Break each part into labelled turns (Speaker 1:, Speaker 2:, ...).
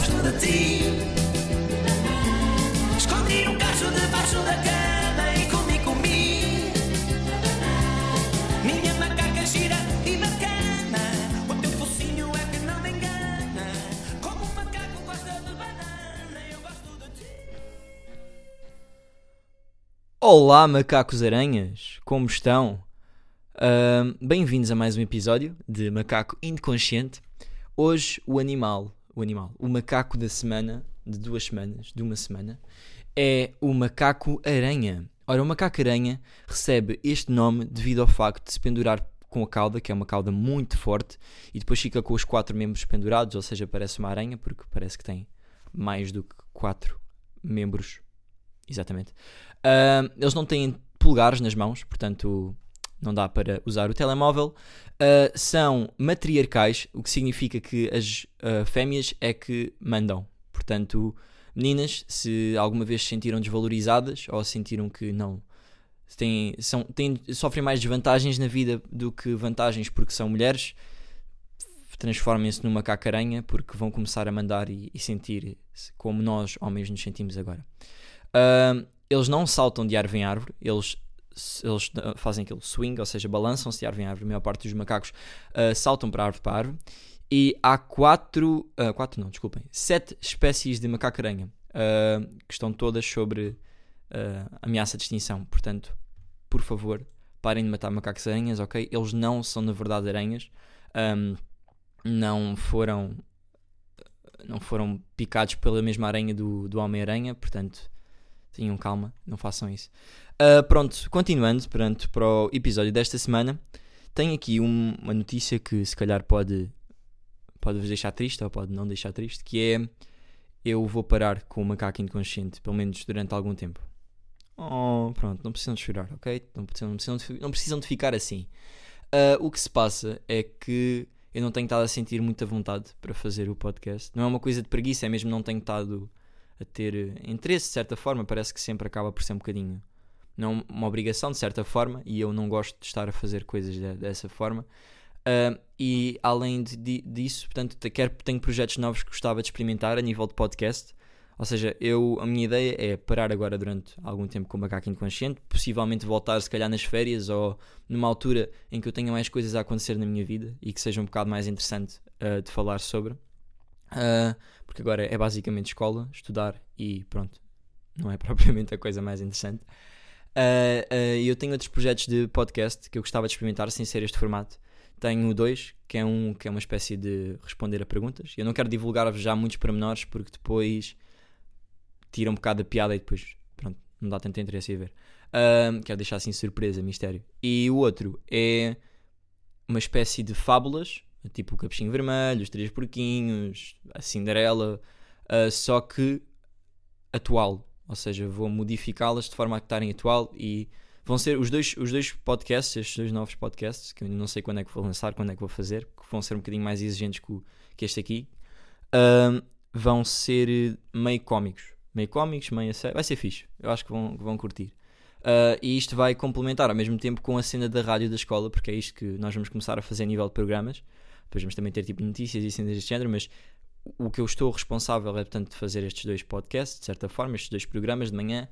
Speaker 1: gosto de ti. Escondi um cacho debaixo da cama e comi. Minha macaca gira e bacana, o teu focinho é que não me engana. Como um macaco gosta de banana, eu gosto de ti.
Speaker 2: Olá, macacos aranhas, como estão? Bem-vindos a mais um episódio de Macaco Inconsciente. Hoje o macaco da semana, de uma semana, é o macaco aranha. Ora, o macaco aranha recebe este nome devido ao facto de se pendurar com a cauda, que é uma cauda muito forte, e depois fica com os 4 membros pendurados, ou seja, parece uma aranha, porque parece que tem mais do que 4 membros. Exatamente. Eles não têm polegares nas mãos, portanto não dá para usar o telemóvel. São matriarcais, o que significa que as fêmeas é que mandam. Portanto, meninas, se alguma vez se sentiram desvalorizadas ou sentiram que não sofrem mais desvantagens na vida do que vantagens porque são mulheres, transformem-se numa macaco-aranha, porque vão começar a mandar e sentir-se como nós, homens, nos sentimos agora. Eles não saltam de árvore em árvore, eles fazem aquele swing, ou seja, balançam-se de árvore em árvore. A maior parte dos macacos saltam para árvore. E há 7 espécies de macaco-aranha que estão todas sobre ameaça de extinção. Portanto, por favor, parem de matar macacos-aranhas, ok? Eles não são, na verdade, aranhas. Não foram picados pela mesma aranha do Homem-Aranha, portanto, tenham calma, não façam isso. Pronto, continuando para o episódio desta semana, tenho aqui uma notícia que se calhar pode vos deixar triste ou pode não deixar triste, que é: eu vou parar com o macaco inconsciente, pelo menos durante algum tempo. Pronto, não precisam de chorar, ok? Não precisam de ficar assim. O que se passa é que eu não tenho estado a sentir muita vontade para fazer o podcast. Não é uma coisa de preguiça, é mesmo não tenho estado a ter interesse, de certa forma. Parece que sempre acaba por ser um bocadinho, não uma obrigação, de certa forma, e eu não gosto de estar a fazer coisas dessa forma. E além disso, portanto, tenho projetos novos que gostava de experimentar a nível de podcast. Ou seja, a minha ideia é parar agora durante algum tempo com o macaco inconsciente, possivelmente voltar se calhar nas férias ou numa altura em que eu tenha mais coisas a acontecer na minha vida e que seja um bocado mais interessante de falar sobre. Porque agora é basicamente escola, estudar e pronto, não é propriamente a coisa mais interessante. Eu tenho outros projetos de podcast que eu gostava de experimentar sem ser este formato. Tenho 2, que é uma espécie de responder a perguntas. Eu não quero divulgar-vos já muitos pormenores, porque depois tira um bocado a piada e depois pronto, não dá tanto interesse a ver. Quero deixar assim surpresa, mistério. E o outro é uma espécie de fábulas, tipo o Capuchinho Vermelho, os 3 Porquinhos, a Cinderela, só que atual. Ou seja, vou modificá-las de forma a estarem atual, e vão ser os dois podcasts, estes 2 novos podcasts, que eu não sei quando é que vou lançar, quando é que vou fazer, que vão ser um bocadinho mais exigentes que este aqui. Vão ser meio cómicos, meio a sério. Vai ser fixe, eu acho que vão curtir. E isto vai complementar ao mesmo tempo com a cena da rádio da escola, porque é isto que nós vamos começar a fazer a nível de programas. Depois vamos também ter tipo notícias e cenas deste género, mas o que eu estou responsável é, portanto, de fazer estes 2 podcasts, de certa forma, estes 2 programas de manhã.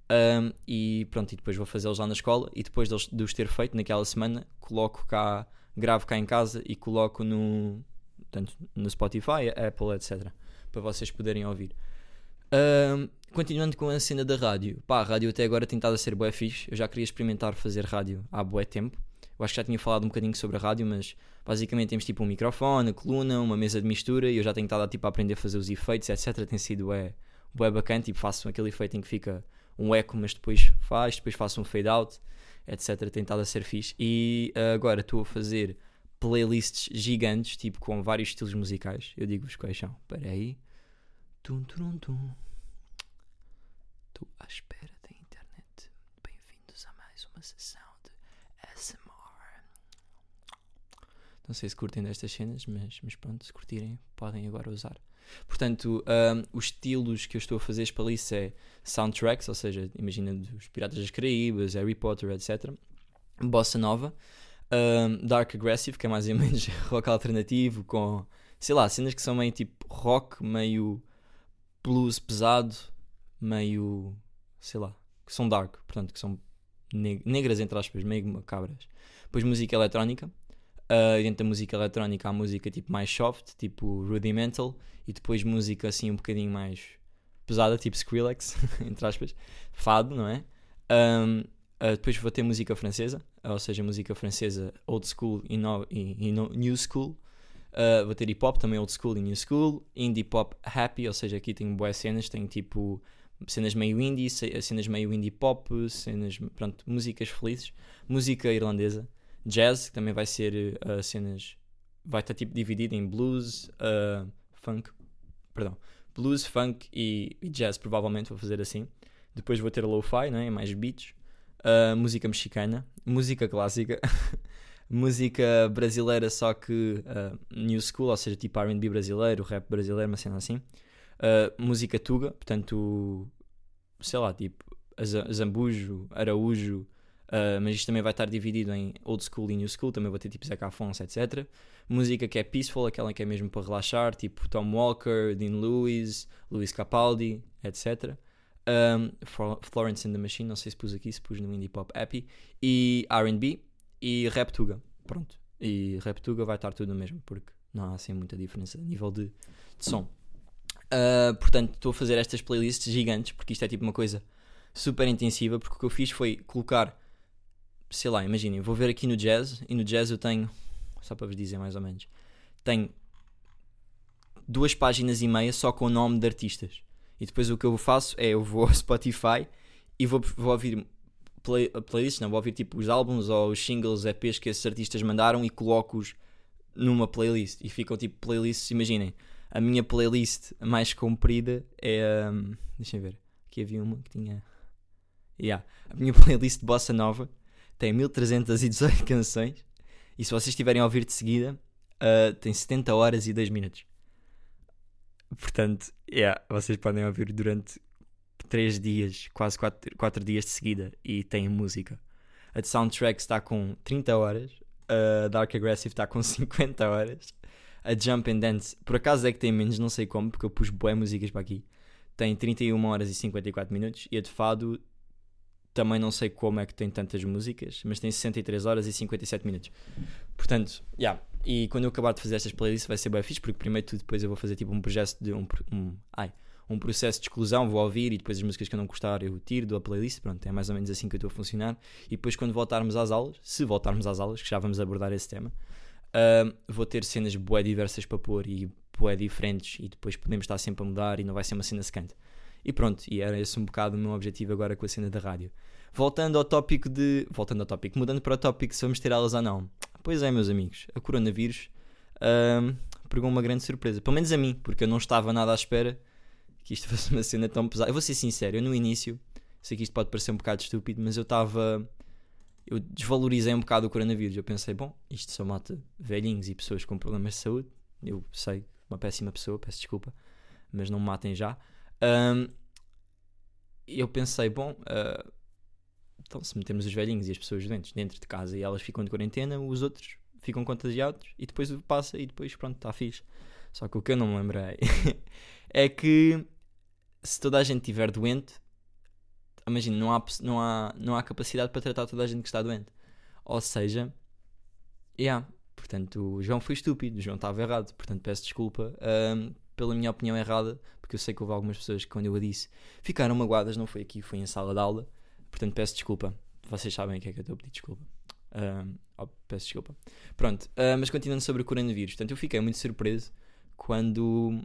Speaker 2: E pronto, e depois vou fazê-los lá na escola, e depois de os ter feito naquela semana, gravo cá em casa e coloco no Spotify, Apple, etc, para vocês poderem ouvir. Continuando com a cena da rádio, a rádio até agora tem estado a ser bué fixe. Eu já queria experimentar fazer rádio há bué tempo. Eu acho que já tinha falado um bocadinho sobre a rádio, mas basicamente temos tipo um microfone, a coluna, uma mesa de mistura, e eu já tenho estado a aprender a fazer os efeitos, etc. Tem sido bué bacana, tipo, faço aquele efeito em que fica um eco, mas depois faço um fade out, etc. Tem estado a ser fixe. E agora estou a fazer playlists gigantes, tipo, com vários estilos musicais. Eu digo-vos quais são. Espera aí. Estou à espera da internet. Bem-vindos a mais uma sessão de ASMR. Não sei se curtem destas cenas, mas pronto, se curtirem, podem agora usar. Portanto, os estilos que eu estou a fazer para isso é soundtracks, ou seja, imagina dos Piratas das Caraíbas, Harry Potter, etc. Bossa Nova, Dark Aggressive, que é mais ou menos rock alternativo com sei lá, cenas que são meio tipo rock, meio blues pesado, meio, sei lá, que são dark, portanto, que são negras entre aspas, meio macabras. Depois música eletrónica. Dentro da música eletrónica há música tipo mais soft, tipo rudimental, e depois música assim um bocadinho mais pesada, tipo Skrillex, entre aspas, fado, não é? Depois vou ter música francesa, ou seja, música francesa old school e new school. Vou ter hip hop também old school e new school. Indie pop happy, ou seja, aqui tenho boas cenas, tenho tipo cenas meio indie, cenas meio indie pop, cenas, pronto, músicas felizes. Música irlandesa, jazz, que também vai ser cenas, vai estar tipo dividido em blues, blues, funk e jazz, provavelmente vou fazer assim. Depois vou ter lo-fi, né, mais beats. Música mexicana, música clássica, música brasileira, só que new school, ou seja, tipo R&B brasileiro, rap brasileiro, uma cena assim. Música tuga, portanto, sei lá, tipo Zambujo, Araújo, mas isto também vai estar dividido em old school e new school, também vou ter tipo Zeca Afonso, etc. Música que é peaceful, aquela que é mesmo para relaxar, tipo Tom Walker, Dean Lewis, Luis Capaldi, etc. Florence and the Machine, não sei se pus aqui, se pus no Indie Pop Happy, e R&B e Rap Tuga, pronto. E Rap Tuga vai estar tudo no mesmo, porque não há assim muita diferença a nível de som. Portanto, estou a fazer estas playlists gigantes, porque isto é tipo uma coisa super intensiva, porque o que eu fiz foi colocar, sei lá, imaginem, vou ver aqui no jazz, e no jazz eu tenho, só para vos dizer mais ou menos, tenho 2 páginas e meia só com o nome de artistas. E depois o que eu faço é, eu vou ao Spotify e vou ouvir playlists, não, vou ouvir tipo os álbuns ou os singles, EPs que esses artistas mandaram e coloco-os numa playlist. E ficam tipo playlists, imaginem, a minha playlist mais comprida é, deixem ver, aqui havia uma que tinha, a minha playlist de Bossa Nova tem 1318 canções e se vocês estiverem a ouvir de seguida, tem 70 horas e 2 minutos. Portanto, vocês podem ouvir durante 3 dias, quase 4 dias de seguida e tem música. A de Soundtrack está com 30 horas, a Dark Aggressive está com 50 horas, a Jump and Dance, por acaso é que tem menos, não sei como, porque eu pus bué músicas para aqui, tem 31 horas e 54 minutos, e a de Fado também não sei como é que tem tantas músicas, mas tem 63 horas e 57 minutos. Portanto, e quando eu acabar de fazer estas playlists vai ser bem fixe, porque primeiro tudo depois eu vou fazer tipo um processo de um processo de exclusão, vou ouvir e depois as músicas que eu não gostar eu tiro da playlist, pronto, é mais ou menos assim que eu estou a funcionar. E depois quando voltarmos às aulas, se voltarmos às aulas, que já vamos abordar esse tema, vou ter cenas bué diversas para pôr e bué diferentes e depois podemos estar sempre a mudar e não vai ser uma cena secante. E pronto, e era esse um bocado o meu objetivo agora com a cena da rádio. Mudando para o tópico se vamos ter aulas ou não. Pois é, meus amigos, a coronavírus pegou uma grande surpresa, pelo menos a mim, porque eu não estava nada à espera que isto fosse uma cena tão pesada. Eu vou ser sincero, eu no início, sei que isto pode parecer um bocado estúpido, mas eu desvalorizei um bocado o coronavírus. Eu pensei, bom, isto só mata velhinhos e pessoas com problemas de saúde. Eu sei, uma péssima pessoa, peço desculpa, mas não me matem já. Eu pensei, bom, então se metemos os velhinhos e as pessoas doentes dentro de casa e elas ficam de quarentena, os outros ficam contagiados e depois passa e depois pronto, está fixe. Só que o que eu não me lembrei é que se toda a gente estiver doente, imagina, não há capacidade para tratar toda a gente que está doente. Ou seja, portanto o João foi estúpido, o João estava errado, portanto peço desculpa pela minha opinião errada, porque eu sei que houve algumas pessoas que quando eu a disse ficaram magoadas, não foi aqui, foi em sala de aula, portanto peço desculpa, vocês sabem o que é que eu estou a pedir desculpa. Peço desculpa. Pronto, mas continuando sobre o coronavírus, portanto eu fiquei muito surpreso quando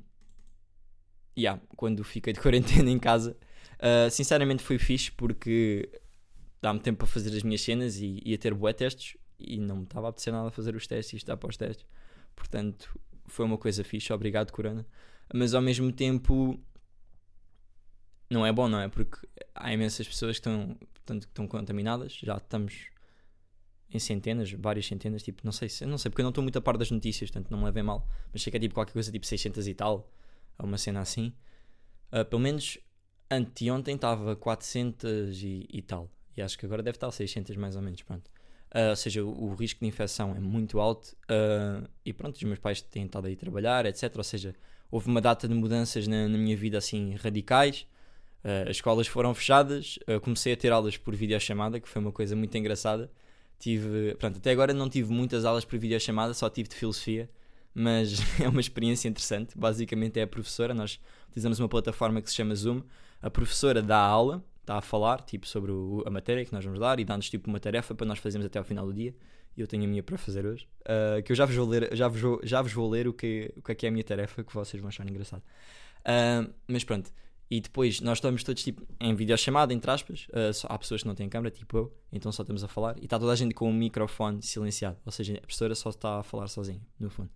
Speaker 2: fiquei de quarentena em casa. Sinceramente foi fixe porque dá-me tempo para fazer as minhas cenas e ia ter bué testes e não me estava a apetecer nada a fazer os testes e estudar para os testes, portanto foi uma coisa fixe, obrigado Corona, mas ao mesmo tempo não é bom, não é? Porque há imensas pessoas que estão contaminadas, já estamos em centenas, várias centenas, tipo, não sei porque eu não estou muito a par das notícias, portanto não me levem mal, mas sei que é tipo qualquer coisa tipo 600 e tal, ou uma cena assim. Pelo menos anteontem estava 400 e tal, e acho que agora deve estar 600 mais ou menos, pronto. ou seja, o risco de infecção é muito alto, e pronto, os meus pais têm estado aí a trabalhar, etc. Ou seja, houve uma data de mudanças na minha vida assim radicais. As escolas foram fechadas, comecei a ter aulas por videochamada, que foi uma coisa muito engraçada. Pronto, até agora não tive muitas aulas por videochamada, só tive de filosofia, mas é uma experiência interessante. Basicamente é a professora, nós utilizamos uma plataforma que se chama Zoom, a professora dá a aula, está a falar tipo, sobre a matéria que nós vamos dar e dá-nos tipo, uma tarefa para nós fazermos até ao final do dia. E eu tenho a minha para fazer hoje, que eu já vos vou ler o que é a minha tarefa, que vocês vão achar engraçado. Mas pronto, e depois nós estamos todos tipo, em videochamada, entre aspas. Há pessoas que não têm câmera, tipo eu, então só estamos a falar e está toda a gente com o microfone silenciado, ou seja, a professora só está a falar sozinha, no fundo.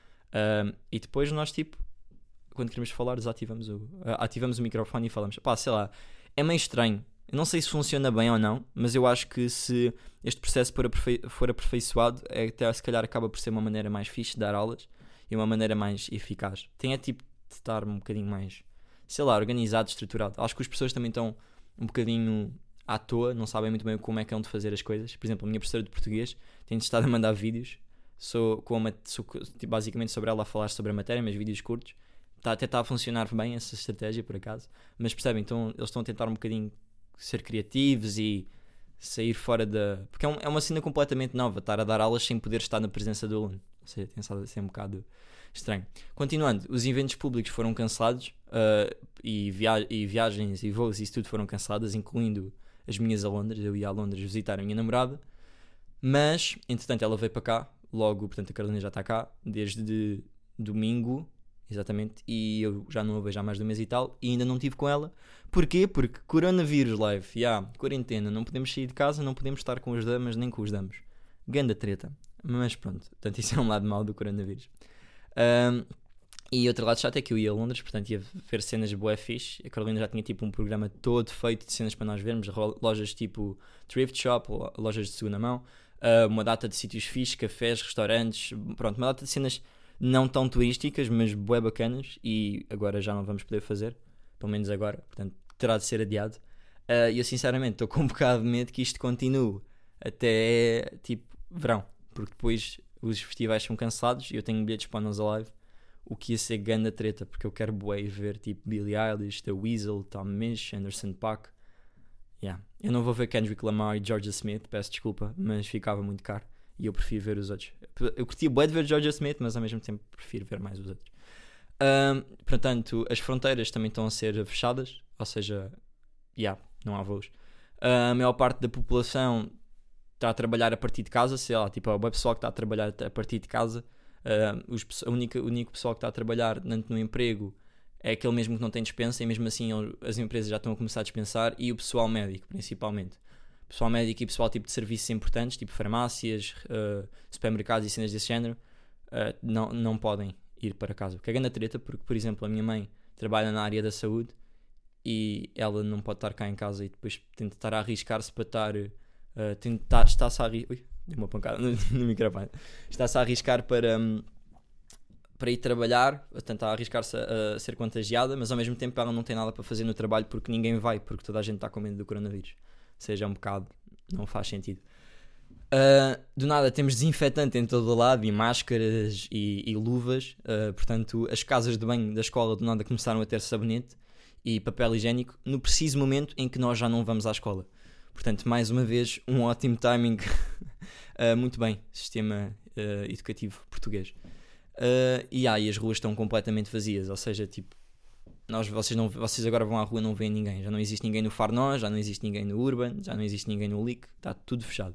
Speaker 2: E depois nós tipo, quando queremos falar, ativamos o microfone e falamos. Pá, sei lá, é meio estranho. Eu não sei se funciona bem ou não, mas eu acho que se este processo for aperfeiçoado, até se calhar acaba por ser uma maneira mais fixe de dar aulas e uma maneira mais eficaz. Tem tipo de estar um bocadinho mais, sei lá, organizado, estruturado. Acho que as pessoas também estão um bocadinho à toa, não sabem muito bem como é que é de fazer as coisas. Por exemplo, a minha professora de português tem estado a mandar vídeos basicamente sobre ela a falar sobre a matéria, mas vídeos curtos. Até está a funcionar bem essa estratégia, por acaso. Mas percebem, então eles estão a tentar um bocadinho ser criativos e sair fora da... Porque é uma cena completamente nova, estar a dar aulas sem poder estar na presença do aluno. Ou seja, tem estado a ser um bocado estranho. Continuando, os eventos públicos foram cancelados, e viagens e voos e isso tudo foram canceladas, incluindo as minhas a Londres. Eu ia a Londres visitar a minha namorada, mas entretanto ela veio para cá logo, portanto a Carolina já está cá desde domingo, exatamente, e eu já não a vejo há mais de um mês e tal, e ainda não estive com ela. Porquê? Porque coronavírus live, quarentena, não podemos sair de casa, não podemos estar com as damas nem com os damos. Ganda treta. Mas pronto, portanto isso é um lado mau do coronavírus. E outro lado chato é que eu ia a Londres, portanto ia ver cenas bué fixe. A Carolina já tinha tipo um programa todo feito de cenas para nós vermos, lojas tipo thrift shop, lojas de segunda mão, uma data de sítios fixe, cafés, restaurantes, pronto, uma data de cenas não tão turísticas, mas bué bacanas, e agora já não vamos poder fazer, pelo menos agora, portanto terá de ser adiado. E eu sinceramente estou com um bocado de medo que isto continue até tipo verão, porque depois os festivais são cancelados e eu tenho bilhetes para nós Alive, o que ia ser ganda treta, porque eu quero bué ver tipo Billie Eilish, The Weasel, Tom Misch, Anderson .Paak. Eu não vou ver Kendrick Lamar e Georgia Smith, peço desculpa, mas ficava muito caro e eu prefiro ver os outros. Eu curtia bué de ver Georgia Smith, mas ao mesmo tempo prefiro ver mais os outros. Portanto, as fronteiras também estão a ser fechadas, ou seja, não há voos. A maior parte da população está a trabalhar a partir de casa, sei lá, tipo, o pessoal que está a trabalhar a partir de casa. O único pessoal que está a trabalhar no emprego é aquele mesmo que não tem dispensa, e mesmo assim as empresas já estão a começar a dispensar, e o pessoal médico principalmente. Pessoal médico e pessoal tipo de serviços importantes, tipo farmácias, supermercados e cenas desse género, não podem ir para casa. O que é grande treta, porque por exemplo a minha mãe trabalha na área da saúde e ela não pode estar cá em casa, e depois tenta estar a arriscar-se para estar... está-se a arriscar... Ui, dei uma pancada no microfone. Está-se a arriscar para ir trabalhar, a tentar arriscar-se a ser contagiada, mas ao mesmo tempo ela não tem nada para fazer no trabalho porque ninguém vai, porque toda a gente está com medo do coronavírus. Ou seja, é um bocado, não faz sentido. Do nada temos desinfetante em todo o lado, e máscaras e luvas, portanto as casas de banho da escola do nada começaram a ter sabonete e papel higiênico no preciso momento em que nós já não vamos à escola. Portanto, mais uma vez, um ótimo timing. Muito bem, sistema educativo português. E as ruas estão completamente vazias, ou seja, tipo, vocês agora vão à rua e não veem ninguém. Já não existe ninguém no Farnós, já não existe ninguém no Urban, já não existe ninguém no Lick, está tudo fechado.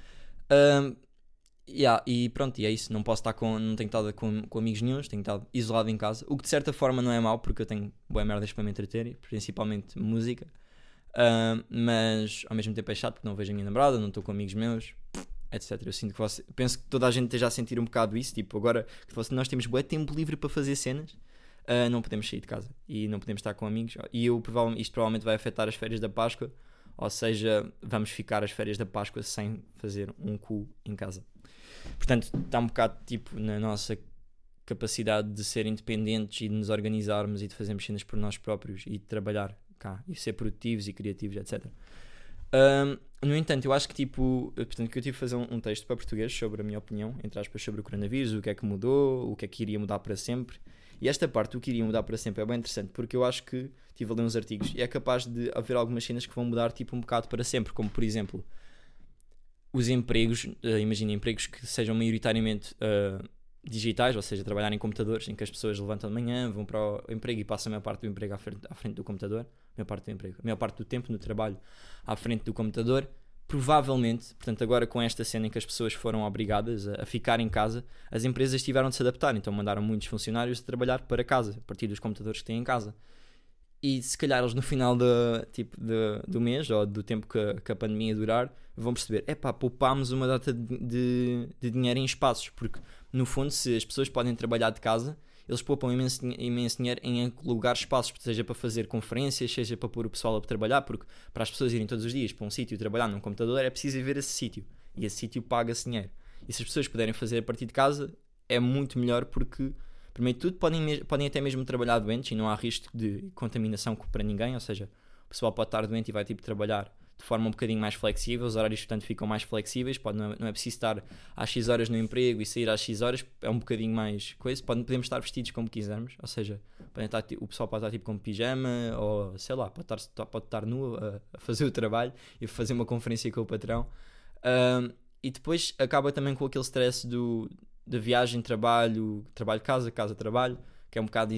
Speaker 2: E pronto, e é isso. Não tenho estado com amigos nenhuns, tenho estado isolado em casa, o que de certa forma não é mau, porque eu tenho boas merdas para me entreter, principalmente música. Mas ao mesmo tempo é chato porque não vejo a minha namorada, não estou com amigos meus, etc. Eu sinto que penso que toda a gente esteja a sentir um bocado isso, tipo, agora que nós temos bué tempo livre para fazer cenas, não podemos sair de casa e não podemos estar com amigos, e isto provavelmente vai afetar as férias da Páscoa, ou seja, vamos ficar as férias da Páscoa sem fazer um cu em casa. Portanto, está um bocado tipo na nossa capacidade de ser independentes e de nos organizarmos e de fazermos cenas por nós próprios e de trabalhar cá e ser produtivos e criativos, etc. No entanto, eu acho que portanto, que eu tive que fazer um texto para português sobre a minha opinião, entre aspas, sobre o coronavírus, o que é que mudou, o que é que iria mudar para sempre. E esta parte, o que iria mudar para sempre, é bem interessante, porque eu acho que estive a ler uns artigos e é capaz de haver algumas cenas que vão mudar tipo um bocado para sempre, como por exemplo, os empregos, imagina empregos que sejam maioritariamente digitais, ou seja, trabalhar em computadores, em que as pessoas levantam de manhã, vão para o emprego e passam a maior parte do emprego à frente do computador, a maior parte do tempo no trabalho à frente do computador. Provavelmente, portanto, agora com esta cena em que as pessoas foram obrigadas a ficar em casa, as empresas tiveram de se adaptar, então mandaram muitos funcionários a trabalhar para casa, a partir dos computadores que têm em casa. E se calhar eles no final do mês, ou do tempo que a pandemia durar, vão perceber, poupámos uma data de dinheiro em espaços, porque no fundo, se as pessoas podem trabalhar de casa, eles poupam imenso dinheiro em alugar espaços, seja para fazer conferências, seja para pôr o pessoal a trabalhar, porque para as pessoas irem todos os dias para um sítio e trabalhar num computador é preciso ir ver esse sítio, e esse sítio paga-se dinheiro. E se as pessoas puderem fazer a partir de casa, é muito melhor, porque primeiro de tudo podem até mesmo trabalhar doentes e não há risco de contaminação para ninguém, ou seja, o pessoal pode estar doente e vai trabalhar de forma um bocadinho mais flexível, os horários portanto ficam mais flexíveis, não é preciso estar às X horas no emprego e sair às X horas, é um bocadinho mais coisa, podemos estar vestidos como quisermos, ou seja, o pessoal pode estar tipo com pijama, ou sei lá, pode estar nu a fazer o trabalho e fazer uma conferência com o patrão. E depois acaba também com aquele stress da viagem, trabalho, casa, trabalho, que é um bocado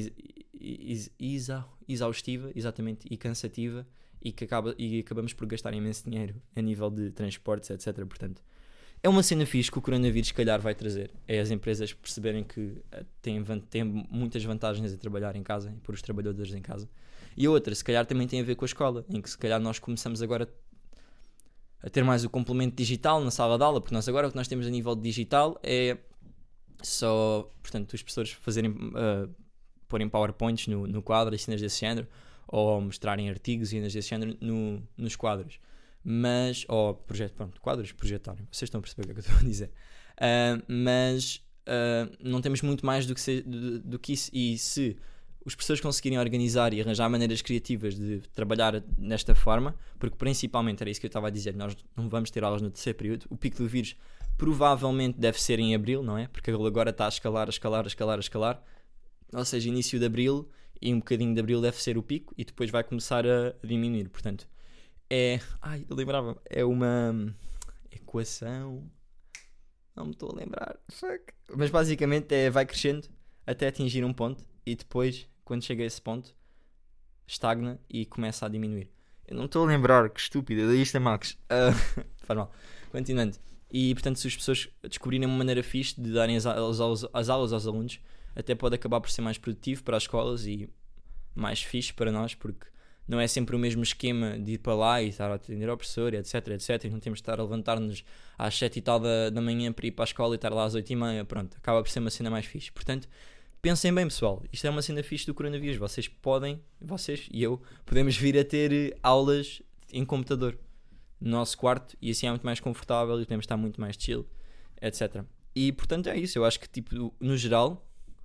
Speaker 2: exaustiva, exatamente, e cansativa, e acabamos por gastar imenso dinheiro a nível de transportes, etc. Portanto, é uma cena fixe que o coronavírus se calhar vai trazer, é as empresas perceberem que têm muitas vantagens a trabalhar em casa, e pôr os trabalhadores em casa. E a outra, se calhar também tem a ver com a escola, em que se calhar nós começamos agora a ter mais o complemento digital na sala de aula, porque nós agora o que nós temos a nível digital é só, portanto, os professores porem PowerPoints no quadro e cenas desse género, ou mostrarem artigos e cenas desse género nos quadros, quadros projetarem, vocês estão a perceber o que é que eu estou a dizer, mas não temos muito mais do que isso, e se os professores conseguirem organizar e arranjar maneiras criativas de trabalhar nesta forma, porque principalmente era isso que eu estava a dizer, nós não vamos ter aulas no terceiro período, o pico do vírus provavelmente deve ser em abril, não é? Porque ele agora está a escalar, ou seja, início de abril e um bocadinho de abril deve ser o pico e depois vai começar a diminuir. Portanto, eu lembrava, é uma equação, não me estou a lembrar, mas basicamente vai crescendo até atingir um ponto e depois, quando chega a esse ponto, estagna e começa a diminuir. Eu não estou a lembrar, que estúpido, daí isto é Max. Faz mal. Continuando. E portanto, se as pessoas descobrirem uma maneira fixe de darem as aulas aos alunos, até pode acabar por ser mais produtivo para as escolas e mais fixe para nós, porque não é sempre o mesmo esquema de ir para lá e estar a atender ao professor, etc, e não temos de estar a levantar-nos às 7 e tal da manhã para ir para a escola e estar lá às 8h30, pronto, acaba por ser uma cena mais fixe. Portanto, pensem bem, pessoal, isto é uma cena fixe do coronavírus, vocês e eu podemos vir a ter aulas em computador no nosso quarto e assim é muito mais confortável e podemos estar muito mais chill, etc. E portanto é isso, eu acho que tipo, no geral,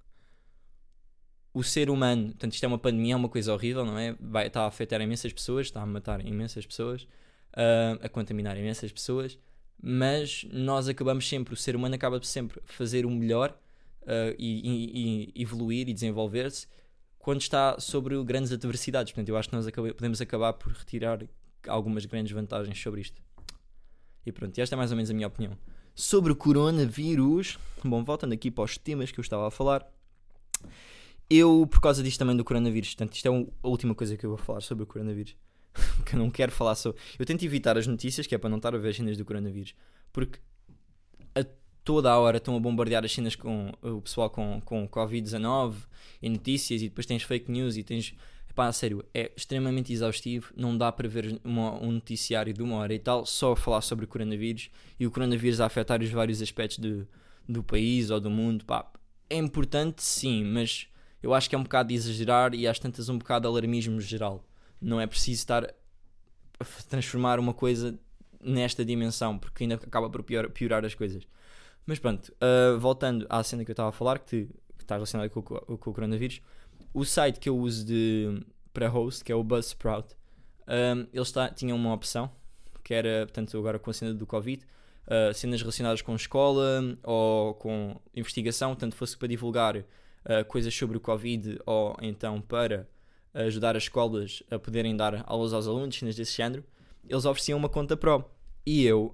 Speaker 2: o ser humano, portanto isto é uma pandemia, é uma coisa horrível, não é? Está a afetar imensas pessoas, está a matar imensas pessoas, a contaminar imensas pessoas, mas nós acabamos sempre, o ser humano acaba sempre a fazer o melhor e evoluir e desenvolver-se quando está sobre grandes adversidades. Portanto eu acho que nós podemos acabar por retirar algumas grandes vantagens sobre isto. E pronto, esta é mais ou menos a minha opinião sobre o coronavírus. Bom, voltando aqui para os temas que eu estava a falar, eu, por causa disto também do coronavírus, portanto, isto é a última coisa que eu vou falar sobre o coronavírus, que eu não quero falar sobre. Eu tento evitar as notícias, que é para não estar a ver as cenas do coronavírus, porque a toda a hora estão a bombardear as cenas com o pessoal com Covid-19 e notícias, e depois tens fake news e tens... Pá, a sério, é extremamente exaustivo, não dá para ver um noticiário de 1 hora e tal, só a falar sobre o coronavírus, e o coronavírus a afetar os vários aspectos do país ou do mundo. Pá, é importante sim, mas eu acho que é um bocado de exagerar e às tantas um bocado de alarmismo geral. Não é preciso estar a transformar uma coisa nesta dimensão, porque ainda acaba por piorar as coisas. Mas pronto, voltando à cena que eu estava a falar, que está relacionada com o coronavírus, o site que eu uso para host, que é o Buzzsprout, eles tinham uma opção, que era, portanto, agora com a cena do Covid, cenas relacionadas com escola ou com investigação, tanto fosse para divulgar coisas sobre o Covid ou então para ajudar as escolas a poderem dar aulas aos alunos, cenas desse género, eles ofereciam uma conta Pro. E eu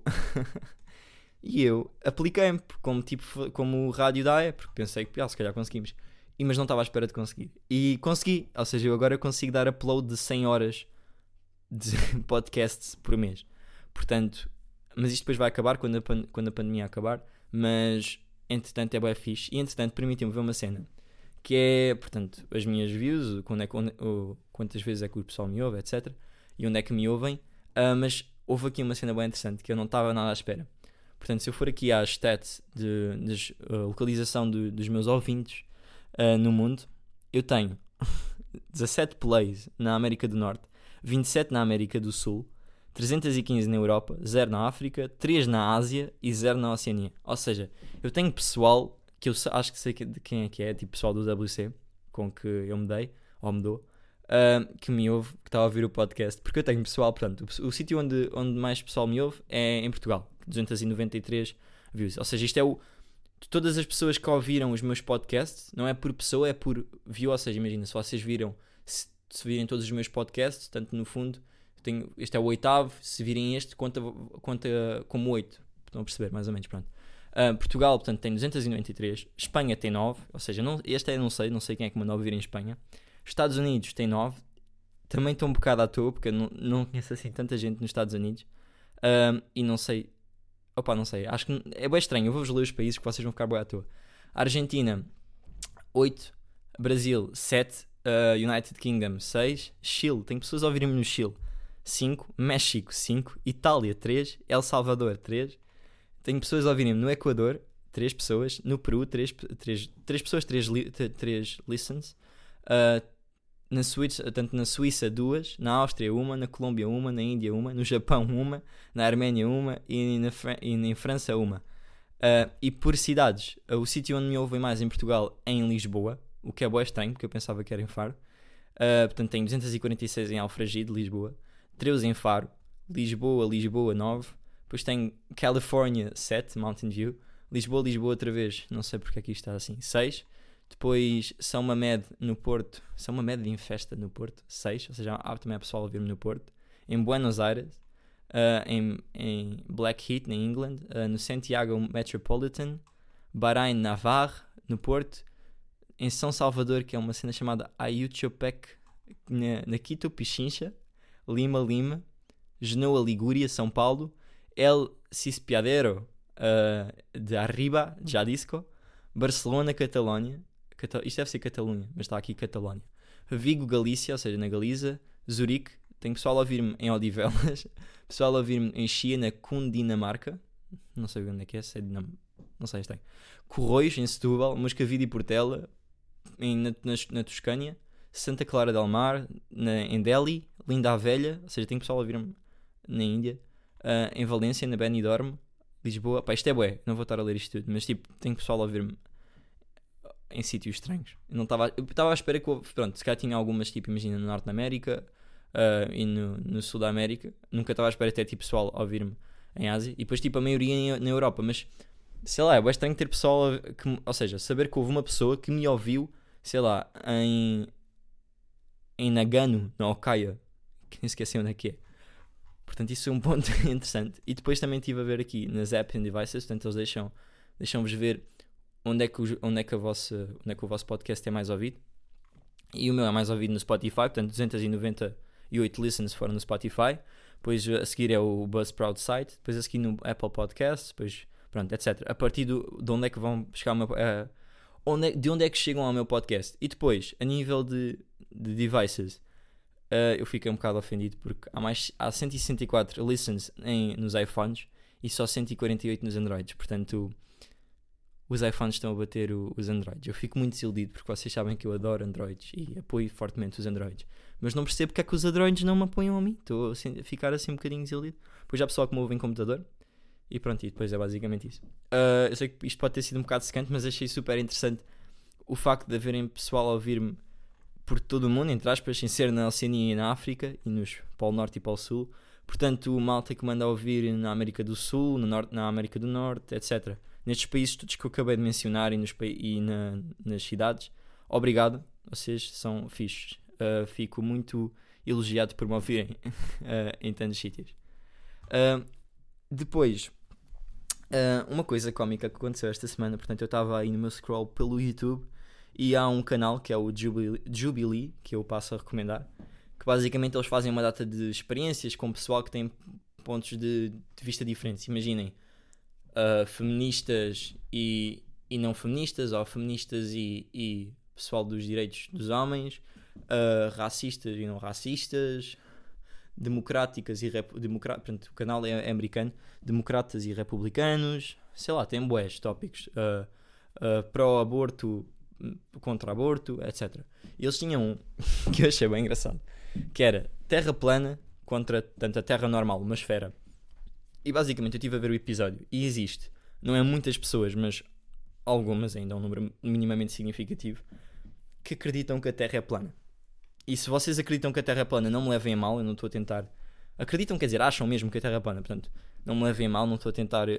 Speaker 2: apliquei-me como rádio da porque pensei que se calhar conseguimos. Mas não estava à espera de conseguir. E consegui, ou seja, eu agora consigo dar upload de 100 horas de podcasts por mês. Portanto, mas isto depois vai acabar quando a pandemia acabar, mas entretanto é bem fixe. E entretanto permitiu-me ver uma cena, que é, portanto, as minhas views, quantas vezes é que o pessoal me ouve, etc. E onde é que me ouvem. Mas houve aqui uma cena bem interessante, que eu não estava nada à espera. Portanto, se eu for aqui às stats de localização dos meus ouvintes no mundo, eu tenho 17 plays na América do Norte, 27 na América do Sul, 315 na Europa, 0 na África, 3 na Ásia e 0 na Oceania. Ou seja, eu tenho pessoal que eu acho que sei de quem é, tipo pessoal do WC, com que eu me dei, ou me dou, que me ouve, que está a ouvir o podcast, porque eu tenho pessoal, portanto, o sítio onde mais pessoal me ouve é em Portugal, 293 views. Ou seja, isto é de todas as pessoas que ouviram os meus podcasts, não é por pessoa, é por view. Ou seja, imagina, se vocês viram, se virem todos os meus podcasts, tanto no fundo, este é o 8º, se virem este, conta como 8. Estão a perceber, mais ou menos, pronto. Portugal, portanto, tem 293, Espanha tem 9, ou seja, este é, não sei quem é que mandou ouvir em Espanha. Estados Unidos tem 9, também estou um bocado à toa, porque eu não conheço assim tanta gente nos Estados Unidos, e não sei, acho que é bem estranho, eu vou-vos ler os países que vocês vão ficar bem à toa. Argentina, 8, Brasil, 7, United Kingdom, 6, Chile, tem pessoas a ouvirem-me no Chile, 5, México, 5, Itália, 3, El Salvador, 3, tenho pessoas a ouvirem-me no Equador, 3 pessoas, no Peru, 3 pessoas, 3 listens, tanto na Suíça 2, na Áustria 1, na Colômbia 1, na Índia 1, no Japão 1, na Arménia 1 e em França 1. E por cidades, o sítio onde me ouvem mais em Portugal é em Lisboa, o que é bem estranho, porque eu pensava que era em Faro. Portanto, tenho 246 em Alfragide, Lisboa, 13 em Faro, Lisboa 9, depois tenho Califórnia 7, Mountain View, Lisboa outra vez, não sei porque aqui está assim, 6, depois São Mamed no Porto, São Mamed em festa no Porto, 6, ou seja, também há pessoal a ouvir-me no Porto, em Buenos Aires, em Blackheath, na England, no Santiago Metropolitan, Bahrein, Navarre, no Porto, em São Salvador, que é uma cena chamada Ayutthopec, na Quito, Pichincha, Lima, Genoa, Ligúria, São Paulo, El Cispiadero de Arriba, Jalisco, Barcelona, Catalónia, isto deve ser Catalunha, mas está aqui Catalónia, Vigo, Galícia, ou seja, na Galiza, Zurique, tem pessoal a ouvir-me em Odivelas, pessoal a ouvir-me em Chia, na Cundinamarca, não sei onde é que é, não sei se tem, Corroios, em Setúbal, Moscavide e Portela, na Toscânia, Santa Clara del Mar, em Delhi, Linda a Velha, ou seja, tem pessoal a ouvir-me na Índia, em Valência, na Benidorm, Lisboa. Pá, isto é bué, não vou estar a ler isto tudo, mas tipo, tem pessoal a ouvir-me em sítios estranhos. Eu estava à espera que, pronto, se calhar tinha algumas, tipo, imagina, no Norte da América e no Sul da América. Nunca estava à espera de ter tipo pessoal a ouvir-me em Ásia, e depois tipo a maioria na Europa, mas sei lá, é bem estranho ter pessoal ou seja, saber que houve uma pessoa que me ouviu, sei lá, em Nagano, na Okaya, que nem sequer sei onde é que é. Portanto, isso é um ponto interessante. E depois também estive a ver aqui nas apps and devices, portanto, eles deixam-vos ver onde é que o vosso podcast é mais ouvido. E o meu é mais ouvido no Spotify, portanto, 298 listens foram no Spotify. Depois a seguir é o Buzzsprout site, depois a seguir no Apple Podcasts, depois, pronto, etc. A partir de onde é que vão chegar de onde é que chegam ao meu podcast. E depois, a nível de devices, eu fiquei um bocado ofendido porque há 164 listens nos iPhones e só 148 nos Androids. Portanto, os iPhones estão a bater os Androids. Eu fico muito desiludido porque vocês sabem que eu adoro Androids e apoio fortemente os Androids, mas não percebo porque é que os Androids não me apoiam a mim. Estou a ficar assim um bocadinho desiludido. Depois há pessoal que me ouve em computador e pronto, e depois é basicamente isso. Eu sei que isto pode ter sido um bocado secante, mas achei super interessante o facto de haverem pessoal a ouvir-me por todo o mundo, entre aspas, sem ser na Oceania e na África e nos Polo Norte e Polo Sul, Portanto, o malta que manda ouvir na América do Sul, na América do Norte, etc. Nestes países todos que eu acabei de mencionar e nas cidades, obrigado, vocês são fixes. Fico muito elogiado por me ouvirem em tantos sítios. Depois, uma coisa cómica que aconteceu esta semana, portanto eu estava aí no meu scroll pelo YouTube e há um canal que é o Jubilee, que eu passo a recomendar, que basicamente eles fazem uma data de experiências com pessoal que tem pontos de vista diferentes. Imaginem, feministas e não feministas, ou feministas e pessoal dos direitos dos homens, racistas e não racistas, democráticas e portanto, o canal é americano, democratas e republicanos, sei lá, tem bués tópicos, pró-aborto, contra aborto, etc. E eles tinham um que eu achei bem engraçado, que era terra plana contra, tanto a terra normal, uma esfera. E basicamente eu estive a ver o episódio e existe, não é muitas pessoas, mas algumas ainda, um número minimamente significativo, que acreditam que a terra é plana. E se vocês acreditam que a Terra é plana, não me levem a mal, eu não estou a tentar... Acreditam, quer dizer, acham mesmo que a Terra é plana, portanto, não me levem a mal, não estou a tentar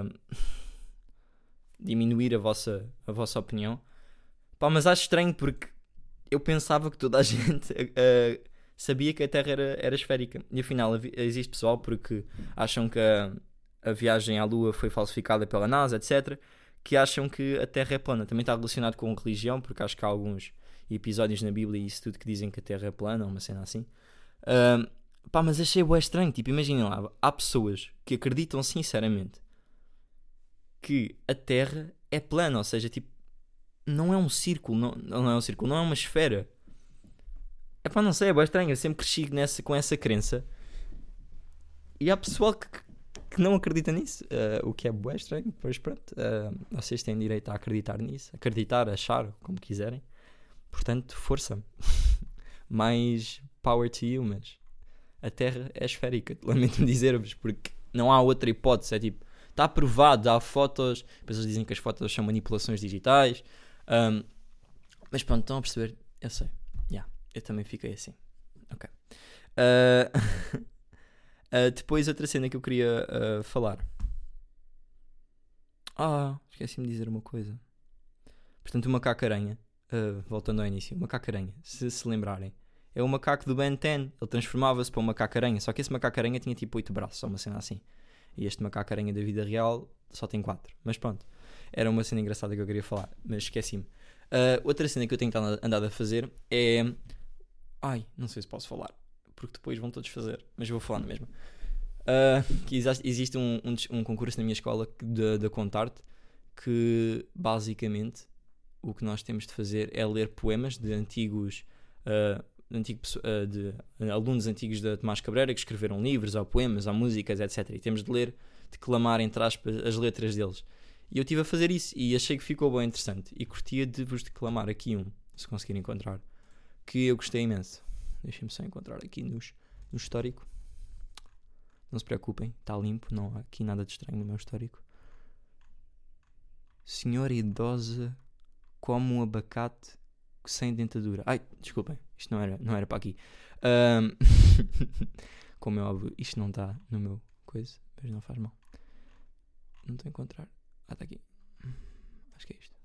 Speaker 2: diminuir a vossa opinião. Pá, mas acho estranho porque eu pensava que toda a gente sabia que a Terra era esférica. E afinal, existe pessoal porque acham que a viagem à Lua foi falsificada pela NASA, etc., que acham que a Terra é plana. Também está relacionado com religião, porque acho que há alguns episódios na Bíblia e isso tudo que dizem que a Terra é plana, ou uma cena assim. Pá, mas achei bué estranho. Tipo, imaginem lá, há pessoas que acreditam sinceramente que a Terra é plana, ou seja, tipo, não é um círculo, não é um círculo, não é uma esfera. É pá, não sei, é bué estranho. Eu sempre cresci com essa crença e há pessoal que não acredita nisso, o que é bué estranho. Pois pronto, vocês têm direito a acreditar nisso, acreditar, achar, como quiserem. Portanto, força. Mais power to you, mas a Terra é esférica. Lamento-me dizer-vos, porque não há outra hipótese. É tipo, está provado, há fotos. Depois eles dizem que as fotos são manipulações digitais. Mas pronto, estão a perceber? Eu sei. Eu também fiquei assim. Ok. Depois, outra cena que eu queria falar. Esqueci-me de dizer uma coisa. Portanto, o macaco-aranha. Voltando ao início, o macaco-aranha, se lembrarem, é o macaco do Ben 10. Ele transformava-se para um macaco-aranha, só que esse macaco-aranha tinha tipo 8 braços, ou uma cena assim. E este macaco-aranha da vida real só tem 4. Mas pronto, era uma cena engraçada que eu queria falar, mas esqueci-me. Outra cena que eu tenho andado a fazer é... não sei se posso falar, porque depois vão todos fazer, mas eu vou falar na mesma. Que existe um concurso na minha escola da Contarte, que basicamente o que nós temos de fazer é ler poemas de alunos antigos da Tomás Cabreira que escreveram livros, ou poemas, ou músicas, etc. E temos de ler, declamar, entre aspas, as letras deles. E eu estive a fazer isso e achei que ficou bem interessante. E curtia de vos declamar aqui se conseguir encontrar, que eu gostei imenso. Deixem-me só encontrar aqui no histórico. Não se preocupem, está limpo, não há aqui nada de estranho no meu histórico. Senhora idosa como um abacate sem dentadura. Desculpem, isto não era para aqui. Como é óbvio, isto não está no meu coisa, mas não faz mal. Não estou a encontrar. Está aqui. Acho que é isto.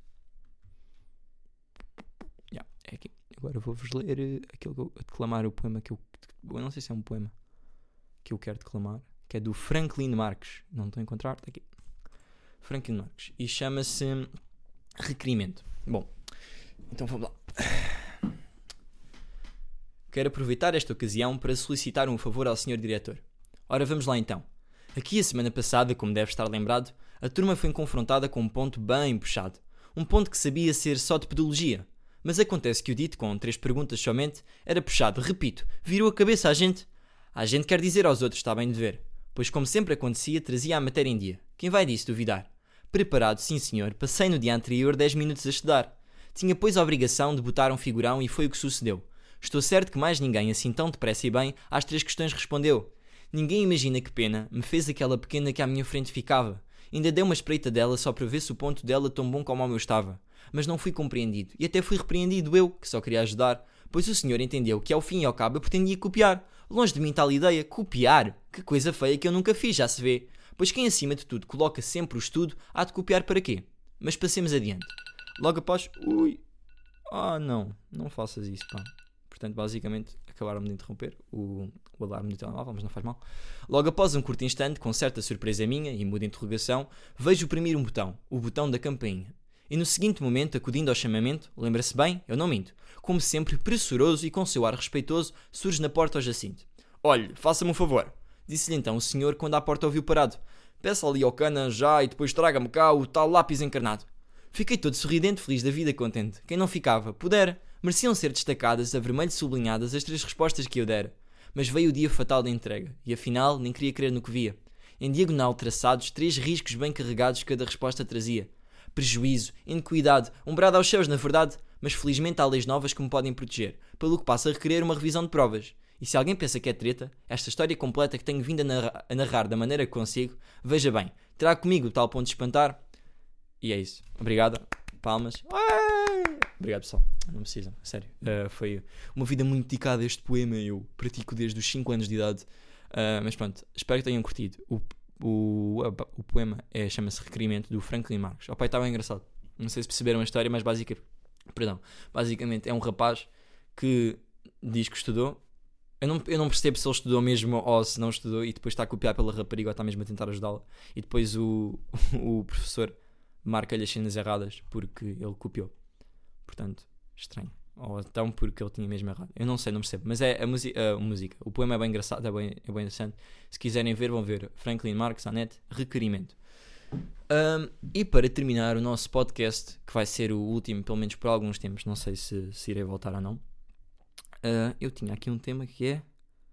Speaker 2: É aqui. Agora vou-vos ler aquilo que eu declamar, o poema que eu não sei se é um poema que eu quero declamar, que é do Franklin Marques. Não estou a encontrar, está aqui. Franklin Marques. E chama-se Requerimento. Bom, então vamos lá. Quero aproveitar esta ocasião para solicitar um favor ao Sr. Diretor. Ora, vamos lá então. Aqui a semana passada, como deve estar lembrado, a turma foi confrontada com um ponto bem puxado. Um ponto que sabia ser só de pedologia. Mas acontece que o dito, com 3 perguntas somente, era puxado, repito, virou a cabeça à gente. A gente quer dizer aos outros, está bem de ver. Pois como sempre acontecia, trazia a matéria em dia. Quem vai disso duvidar? Preparado, sim senhor, passei no dia anterior 10 minutos a estudar. Tinha pois a obrigação de botar um figurão e foi o que sucedeu. Estou certo que mais ninguém assim tão depressa e bem às 3 questões respondeu. Ninguém imagina que pena me fez aquela pequena que à minha frente ficava. Ainda dei uma espreita dela só para ver se o ponto dela tão bom como o meu estava. Mas não fui compreendido, e até fui repreendido eu, que só queria ajudar, pois o senhor entendeu que ao fim e ao cabo eu pretendia copiar. Longe de mim tal ideia, copiar. Que coisa feia que eu nunca fiz, já se vê. Pois quem acima de tudo coloca sempre o estudo, há de copiar para quê? Mas passemos adiante. Logo após... não faças isso, pá. Portanto, basicamente, acabaram-me de interromper o alarme do telemóvel, mas não faz mal. Logo após um curto instante, com certa surpresa minha e muda interrogação, vejo oprimir um botão, o botão da campainha. E no seguinte momento, acudindo ao chamamento, lembra-se bem, eu não minto, como sempre, pressuroso e com seu ar respeitoso, surge na porta ao Jacinto. Olhe, faça-me um favor, disse-lhe então o senhor quando à porta ouviu parado. Peça ali ao cana já e depois traga-me cá o tal lápis encarnado. Fiquei todo sorridente, feliz da vida, contente. Quem não ficava, pudera. Mereciam ser destacadas, a vermelho sublinhadas, as 3 respostas que eu dera. Mas veio o dia fatal da entrega, e afinal nem queria crer no que via. Em diagonal traçados, 3 riscos bem carregados cada resposta trazia. Prejuízo, iniquidade, brado aos céus, na verdade, mas felizmente há leis novas que me podem proteger, pelo que passa a requerer uma revisão de provas. E se alguém pensa que é treta, esta história completa que tenho vindo a narrar da maneira que consigo, veja bem, terá comigo o tal ponto de espantar. E é isso. Obrigado. Palmas. Obrigado, pessoal. Não precisam, sério. Foi uma vida muito dedicada a este poema. Eu pratico desde os 5 anos de idade. Mas pronto, espero que tenham curtido. O poema chama-se Requerimento, do Franklin Marcos. O pai estava engraçado. Não sei se perceberam a história, mas basicamente é um rapaz que diz que estudou. Eu não percebo se ele estudou mesmo ou se não estudou e depois está a copiar pela rapariga ou está mesmo a tentar ajudá-la. E depois o professor marca-lhe as cenas erradas porque ele copiou. Portanto, estranho. Ou então porque ele tinha mesmo errado. Eu não sei, não percebo. Mas é a música. O poema é bem engraçado, é bem interessante. Se quiserem ver, vão ver Franklin Marcos, à net, Requerimento. E para terminar o nosso podcast, que vai ser o último, pelo menos por alguns tempos, não sei se irei voltar ou não, eu tinha aqui um tema que é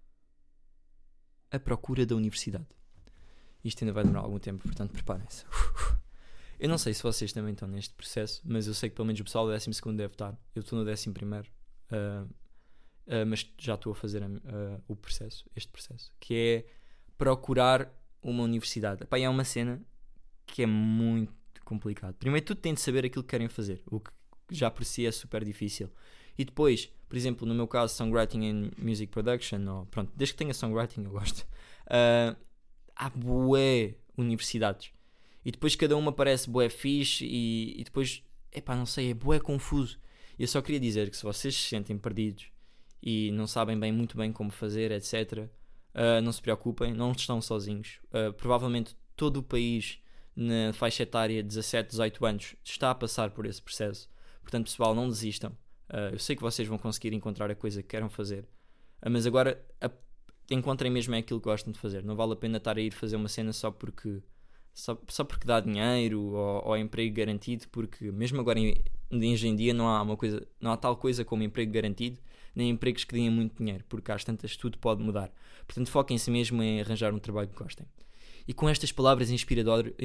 Speaker 2: a procura da universidade. Isto ainda vai demorar algum tempo, portanto preparem-se. Eu não sei se vocês também estão neste processo, mas eu sei que pelo menos o pessoal do 12º deve estar. Eu estou no 11º, mas já estou a fazer este processo, que é procurar uma universidade. Epá, é uma cena que é muito complicado. Primeiro tudo tem de saber aquilo que querem fazer, o que já por si é super difícil. E depois, por exemplo, no meu caso, Songwriting and Music Production, ou, pronto, desde que tenha Songwriting eu gosto, há bué universidades. E depois cada uma parece bué fixe e depois, não sei, é bué confuso. E eu só queria dizer que se vocês se sentem perdidos e não sabem muito bem como fazer, etc., não se preocupem, não estão sozinhos. Provavelmente todo o país na faixa etária de 17, 18 anos está a passar por esse processo. Portanto, pessoal, não desistam. Eu sei que vocês vão conseguir encontrar a coisa que querem fazer, mas agora encontrem mesmo aquilo que gostam de fazer. Não vale a pena estar a ir fazer uma cena só porque dá dinheiro ou emprego garantido, porque mesmo agora hoje em dia não há tal coisa como emprego garantido, nem empregos que deem muito dinheiro, porque às tantas tudo pode mudar. Portanto, foquem-se mesmo em arranjar um trabalho que gostem. E com estas palavras inspiradoras,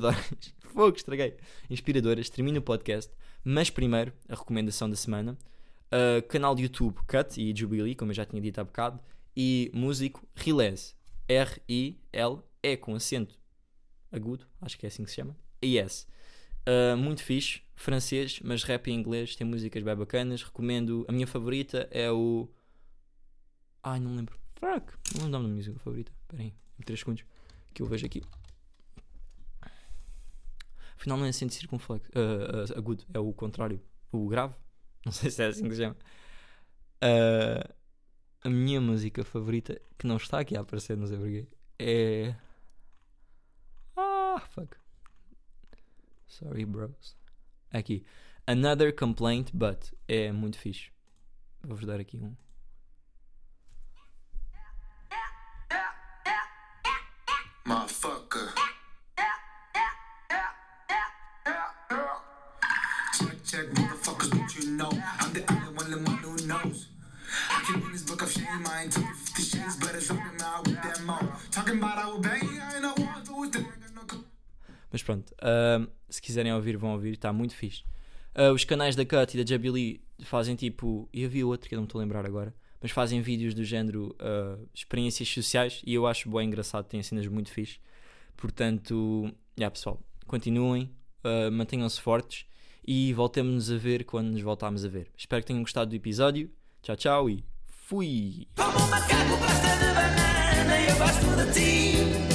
Speaker 2: termino o podcast, mas primeiro, a recomendação da semana, canal de YouTube Cut e Jubilee, como eu já tinha dito há bocado, e músico Rilez, R-I-L-E com acento agudo, acho que é assim que se chama, yes. Muito fixe, francês, mas rap em inglês, tem músicas bem bacanas, recomendo. A minha favorita é o... não lembro. Não lembro da música favorita. Espera aí, 3 segundos, que eu vejo aqui. Afinal não é acento circunflexo, agudo, é o contrário, o grave, não sei se é assim que se chama. A minha música favorita, que não está aqui a aparecer, não sei porquê, é... fuck. Sorry, bros. Aqui. Another Complaint, But. É muito fixe. Vou-vos dar aqui um.
Speaker 3: Motherfucker. Check, motherfuckers, don't you know I'm the only one who knows. I can read this book of shame, I ain't talking 50 shades, but it's open now with that mo. Talking about I will bang, I ain't no one to with the nigga.
Speaker 2: Mas pronto, se quiserem ouvir, vão ouvir, está muito fixe. Os canais da Cut e da Jubilee fazem tipo, e havia outro que eu não me estou a lembrar agora, mas fazem vídeos do género experiências sociais, e eu acho bem engraçado, têm cenas muito fixe. Portanto, pessoal, continuem, mantenham-se fortes e voltemos-nos a ver quando nos voltarmos a ver. Espero que tenham gostado do episódio. Tchau, tchau e Fui!
Speaker 1: Como um macaco gosta de banana, eu gosto de ti.